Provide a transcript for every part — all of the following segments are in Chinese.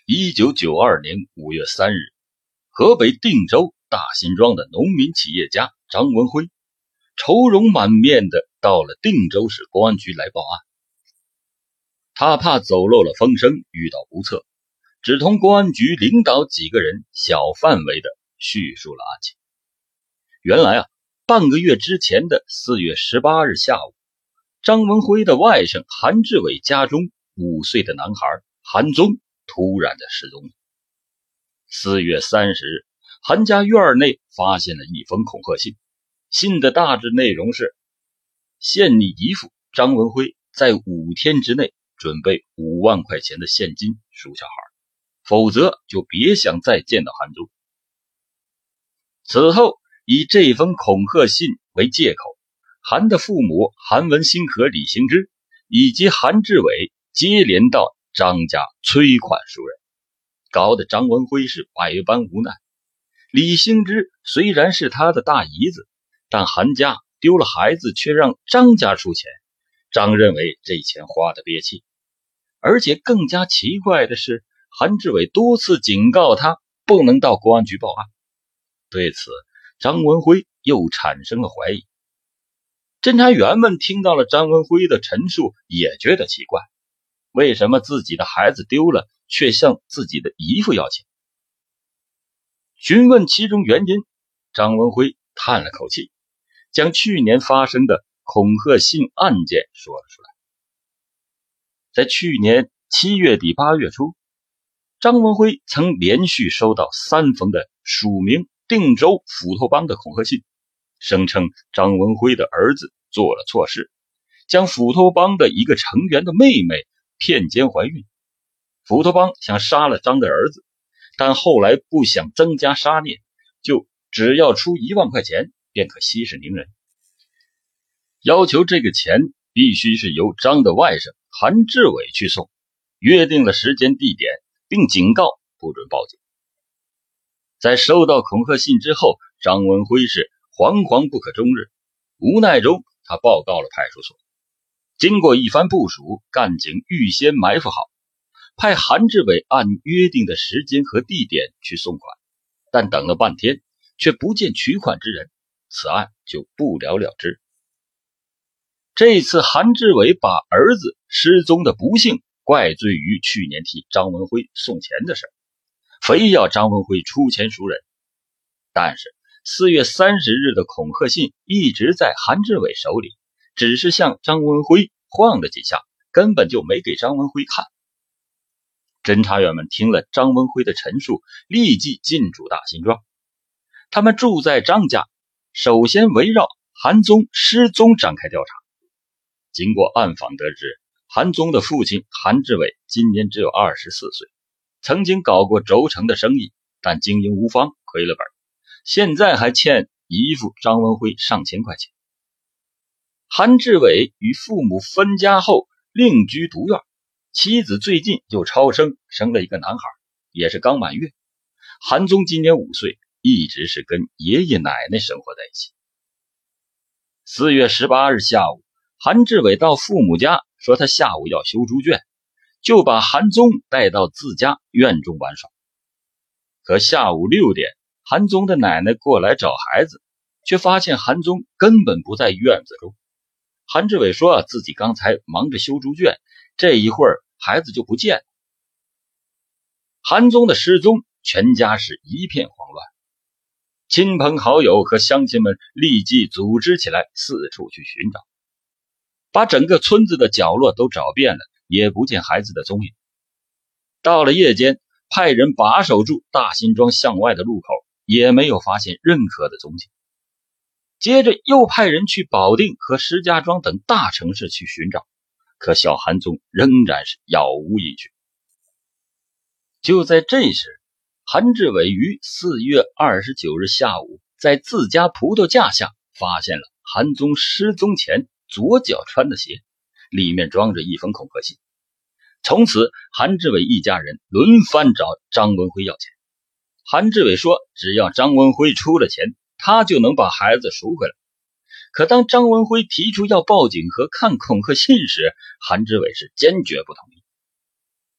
1992年5月3日，河北定州大辛庄的农民企业家张文辉愁容满面的到了定州市公安局来报案。他怕走漏了风声，遇到不测，只同公安局领导几个人小范围的叙述了案情。原来半个月之前的4月18日下午，张文辉的外甥韩志伟家中5岁的男孩韩宗突然的失踪了。4月30日，韩家院内发现了一封恐吓信，信的大致内容是：限你姨父张文辉在5天之内准备5万块钱的现金赎小孩，否则就别想再见到韩宗。此后以这封恐吓信为借口，韩的父母韩文新和李兴之以及韩志伟接连到张家催款赎人，搞得张文辉是百般无奈。李兴之虽然是他的大姨子，但韩家丢了孩子却让张家出钱，张认为这钱花得憋气。而且更加奇怪的是，韩志伟多次警告他不能到公安局报案。对此，张文辉又产生了怀疑。侦查员们听到了张文辉的陈述，也觉得奇怪，为什么自己的孩子丢了却向自己的姨父要钱？询问其中原因，张文辉叹了口气，将去年发生的恐吓信案件说了出来。在去年7月底8月初，张文辉曾连续收到3封的署名定州斧头帮的恐吓信，声称张文辉的儿子做了错事，将斧头帮的一个成员的妹妹骗奸怀孕。斧头帮想杀了张的儿子，但后来不想增加杀孽，就只要出1万块钱便可息事宁人，要求这个钱必须是由张的外甥韩志伟去送，约定了时间地点，并警告不准报警。在收到恐吓信之后，张文辉是惶惶不可终日，无奈中他报告了派出所。经过一番部署，干警预先埋伏好，派韩志伟按约定的时间和地点去送款，但等了半天却不见取款之人，此案就不了了之。这次韩志伟把儿子失踪的不幸怪罪于去年替张文辉送钱的事，非要张文辉出钱赎人。但是4月30日的恐吓信一直在韩志伟手里，只是向张文辉晃了几下，根本就没给张文辉看。侦查员们听了张文辉的陈述，立即进驻大辛庄。他们住在张家，首先围绕韩宗失踪展开调查。经过暗访得知，韩宗的父亲韩志伟今年只有24岁，曾经搞过轴承的生意，但经营无方，亏了本，现在还欠姨父张文辉上千块钱。韩志伟与父母分家后另居独院，妻子最近就超生，生了一个男孩，也是刚满月。韩宗今年5岁，一直是跟爷爷奶奶生活在一起。4月18日下午，韩志伟到父母家说他下午要修猪圈，就把韩宗带到自家院中玩耍。可下午6点，韩宗的奶奶过来找孩子，却发现韩宗根本不在院子中。韩志伟说自己刚才忙着修猪圈，这一会儿孩子就不见了。韩宗的失踪，全家是一片慌乱，亲朋好友和乡亲们立即组织起来四处去寻找，把整个村子的角落都找遍了，也不见孩子的踪影。到了夜间，派人把守住大辛庄向外的路口，也没有发现任何的踪迹。接着又派人去保定和石家庄等大城市去寻找，可小韩宗仍然是杳无音讯。就在这时，韩志伟于4月29日下午在自家葡萄架下发现了韩宗失踪前左脚穿的鞋，里面装着一封恐吓信。从此韩志伟一家人轮番找张文辉要钱。韩志伟说只要张文辉出了钱，他就能把孩子赎回来。可当张文辉提出要报警和看恐吓信时，韩志伟是坚决不同意。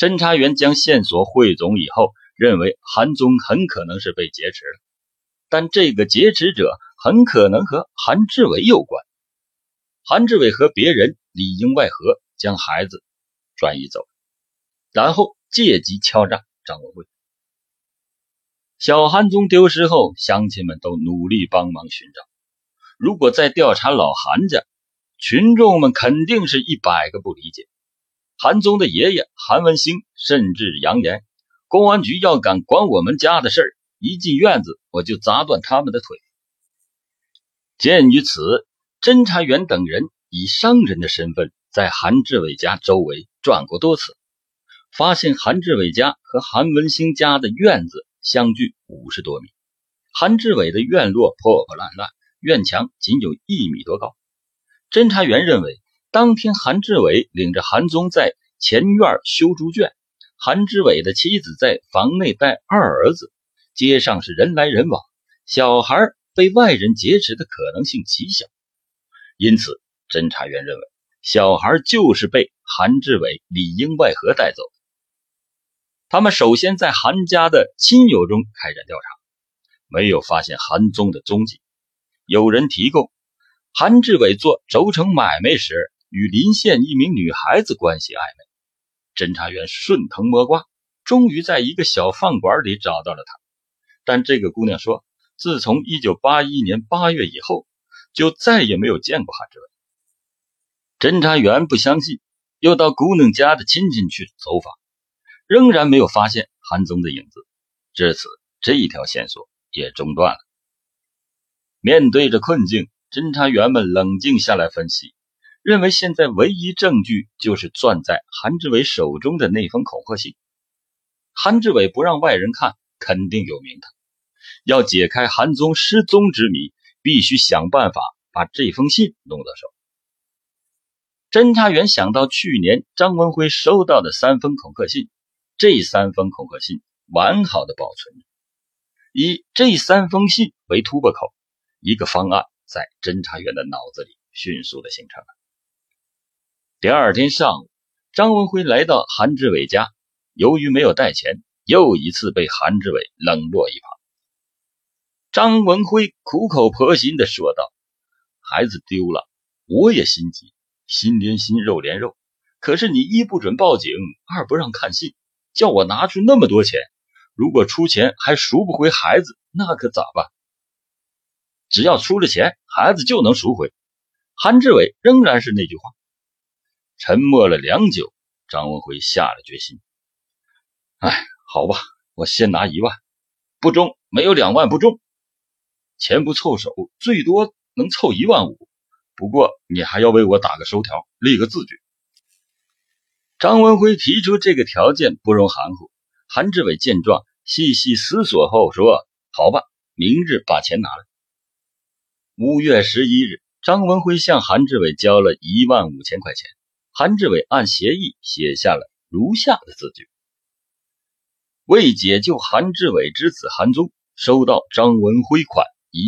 侦查员将线索汇总以后，认为韩宗很可能是被劫持了，但这个劫持者很可能和韩志伟有关。韩志伟和别人里应外合将孩子转移走，然后借机敲诈张文辉。小韩宗丢失后，乡亲们都努力帮忙寻找。如果再调查老韩家，群众们肯定是100个不理解。韩宗的爷爷韩文兴甚至扬言，公安局要敢管我们家的事儿，一进院子我就砸断他们的腿。鉴于此，侦查员等人以商人的身份在韩志伟家周围转过多次，发现韩志伟家和韩文兴家的院子相距50多米，韩志伟的院落破破烂烂，院墙仅有1米多高。侦查员认为，当天韩志伟领着韩宗在前院修猪圈，韩志伟的妻子在房内带2儿子，街上是人来人往，小孩被外人劫持的可能性极小。因此，侦查员认为小孩就是被韩志伟里应外合带走的。他们首先在韩家的亲友中开展调查，没有发现韩宗的踪迹。有人提供韩志伟做轴承买卖时与临县一名女孩子关系暧昧。侦查员顺藤摸瓜，终于在一个小饭馆里找到了她。但这个姑娘说，自从1981年8月以后，就再也没有见过韩志伟。侦查员不相信，又到姑娘家的亲戚去走访，仍然没有发现韩宗的影子。至此，这一条线索也中断了。面对着困境，侦查员们冷静下来分析，认为现在唯一证据就是攥在韩志伟手中的那封恐吓信。韩志伟不让外人看，肯定有名堂。要解开韩宗失踪之谜，必须想办法把这封信弄到手。侦查员想到去年张文辉收到的3封恐吓信，这3封恐吓信完好的保存着，以这3封信为突破口，一个方案在侦查员的脑子里迅速的形成了。第二天上午，张文辉来到韩志伟家，由于没有带钱，又一次被韩志伟冷落一旁。张文辉苦口婆心地说道，孩子丢了，我也心急，心连心，肉连肉，可是你一不准报警，二不让看信，叫我拿出那么多钱，如果出钱还赎不回孩子，那可咋办？只要出了钱，孩子就能赎回。韩志伟仍然是那句话。沉默了良久，张文辉下了决心。好吧，我先拿1万，不中，没有2万不中。钱不凑手，最多能凑1万5，不过你还要为我打个收条，立个字据。张文辉提出这个条件不容含糊，韩志伟见状细细思索后说，好吧，明日把钱拿来。5月11日，张文辉向韩志伟交了15000块钱，韩志伟按协议写下了如下的字据：为解救韩志伟之子韩宗，收到张文辉款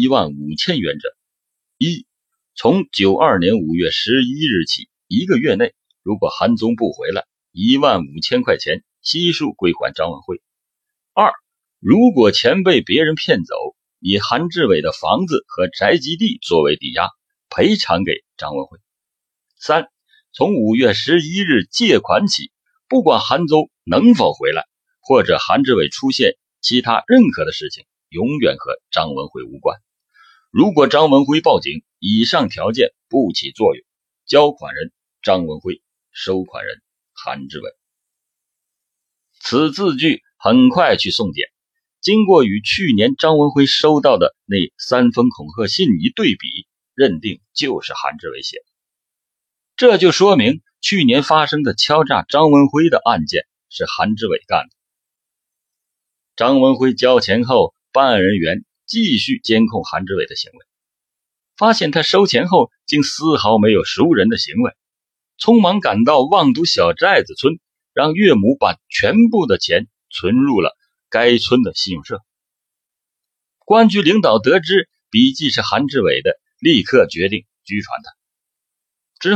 15000元者：1. 从92年5月11日起1个月内，如果韩宗不回来，15000块钱悉数归还张文辉。2. 如果钱被别人骗走，以韩志伟的房子和宅基地作为抵押，赔偿给张文辉。3. 从5月11日借款起，不管韩宗能否回来，或者韩志伟出现其他任何的事情，永远和张文辉无关。如果张文辉报警，以上条件不起作用，交款人张文辉，收款人韩志伟。此字据很快去送检，经过与去年张文辉收到的那3封恐吓信一对比，认定就是韩志伟写的。这就说明去年发生的敲诈张文辉的案件是韩志伟干的。张文辉交钱后，办案人员继续监控韩志伟的行为，发现他收钱后竟丝毫没有赎人的行为，匆忙赶到望都小寨子村，让岳母把全部的钱存入了该村的信用社。公安局领导得知笔记是韩志伟的，立刻决定拘传他。之后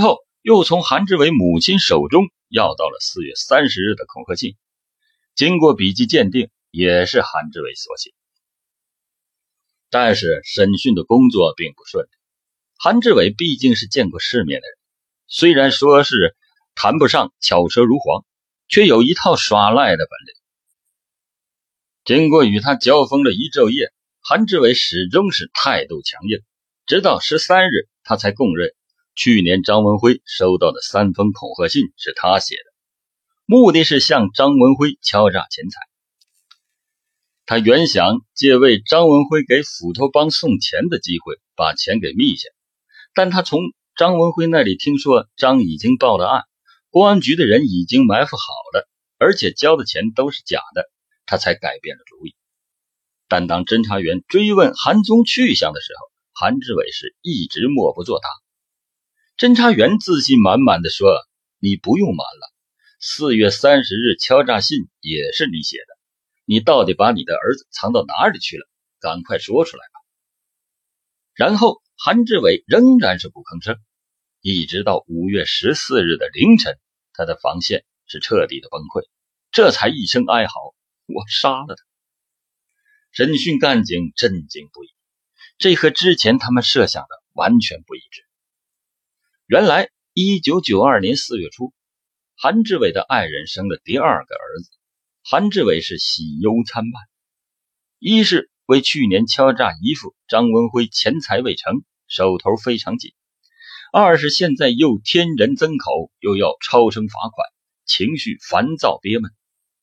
又从韩志伟母亲手中要到了4月30日的恐吓信，经过笔迹鉴定，也是韩志伟所写。但是审讯的工作并不顺利，韩志伟毕竟是见过世面的人，虽然说是谈不上巧舌如簧，却有一套耍赖的本领。经过与他交锋了一昼夜，韩志伟始终是态度强硬，直到13日他才供认去年张文辉收到的3封恐吓信是他写的，目的是向张文辉敲诈钱财。他原想借为张文辉给斧头帮送钱的机会把钱给密下，但他从张文辉那里听说张已经报了案，公安局的人已经埋伏好了，而且交的钱都是假的，他才改变了主意。但当侦查员追问韩宗去向的时候，韩志伟是一直默不作答。侦查员自信满满的说：“你不用瞒了，4月30日敲诈信也是你写的，你到底把你的儿子藏到哪里去了？赶快说出来吧。”然后韩志伟仍然是不吭声，一直到5月14日的凌晨，他的防线是彻底的崩溃，这才一声哀嚎：“我杀了他。”审讯干警震惊不已，这和之前他们设想的完全不一致。原来1992年4月初，韩志伟的爱人生了第2个儿子，韩志伟是喜忧参半，一是为去年敲诈姨父张文辉钱财未成，手头非常紧；二是现在又添人增口，又要超生罚款，情绪烦躁憋闷。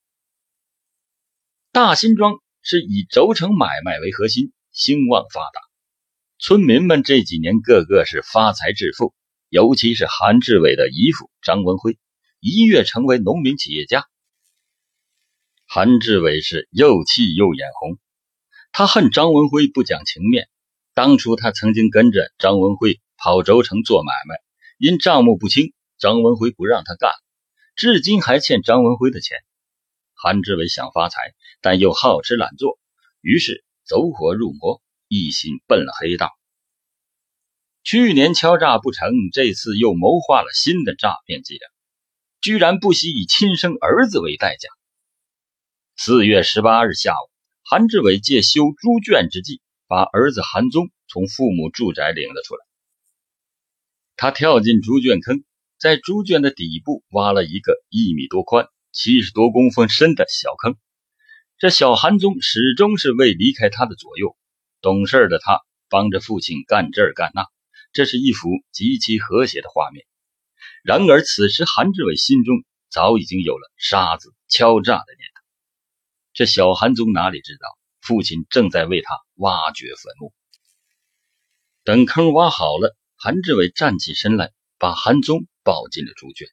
大辛庄是以轴承买卖为核心，兴旺发达，村民们这几年个个是发财致富，尤其是韩志伟的姨父张文辉，一跃成为农民企业家。韩志伟是又气又眼红，他恨张文辉不讲情面，当初他曾经跟着张文辉跑轴承做买卖，因账目不清，张文辉不让他干，至今还欠张文辉的钱。韩志伟想发财，但又好吃懒做，于是走火入魔，一心奔了黑道。去年敲诈不成，这次又谋划了新的诈骗伎俩，居然不惜以亲生儿子为代价。4月18日下午，韩志伟借修猪圈之际，把儿子韩宗从父母住宅领了出来。他跳进猪圈坑，在猪圈的底部挖了一个1米多宽、70多公分深的小坑。这小韩宗始终是未离开他的左右，懂事的他帮着父亲干这儿干那，这是一幅极其和谐的画面。然而此时韩志伟心中早已经有了杀子敲诈的念头。这小韩宗哪里知道，父亲正在为他挖掘坟墓。等坑挖好了，韩志伟站起身来，把韩宗抱进了猪圈。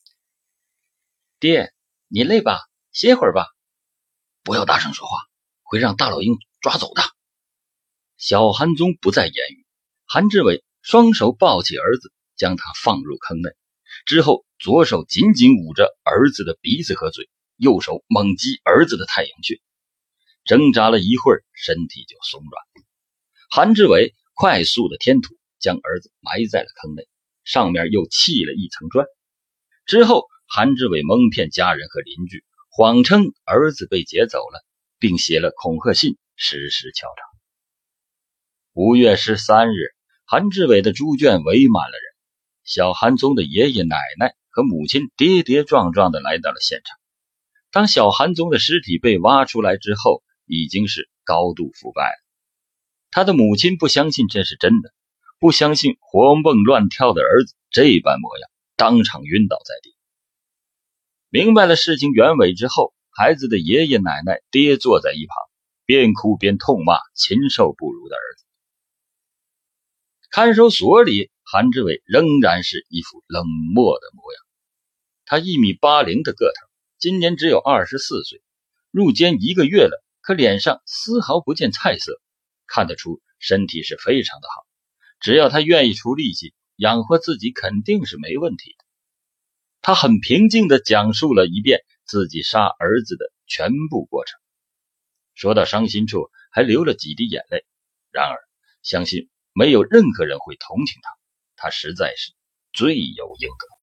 爹，你累吧？歇会儿吧。不要大声说话，会让大老鹰抓走的。小韩宗不再言语，韩志伟双手抱起儿子，将他放入坑内，之后左手紧紧捂着儿子的鼻子和嘴，右手猛击儿子的太阳穴，挣扎了一会儿，身体就松软。韩志伟快速的填土，将儿子埋在了坑内，上面又砌了一层砖。之后韩志伟蒙骗家人和邻居，谎称儿子被劫走了，并写了恐吓信，实施敲诈。5月13日，韩志伟的猪圈围满了人，小韩宗的爷爷奶奶和母亲跌跌撞撞地来到了现场。当小韩宗的尸体被挖出来之后，已经是高度腐败了。他的母亲不相信这是真的，不相信活蹦乱跳的儿子这般模样，当场晕倒在地。明白了事情原委之后，孩子的爷爷奶奶跌坐在一旁，边哭边痛骂禽兽不如的儿子。看守所里，韩志伟仍然是一副冷漠的模样。他1.80米的个头，今年只有24岁，入监1个月了，可脸上丝毫不见菜色，看得出身体是非常的好，只要他愿意出力气，养活自己肯定是没问题的。他很平静地讲述了一遍自己杀儿子的全部过程，说到伤心处还流了几滴眼泪。然而相信没有任何人会同情他，他实在是罪有应得。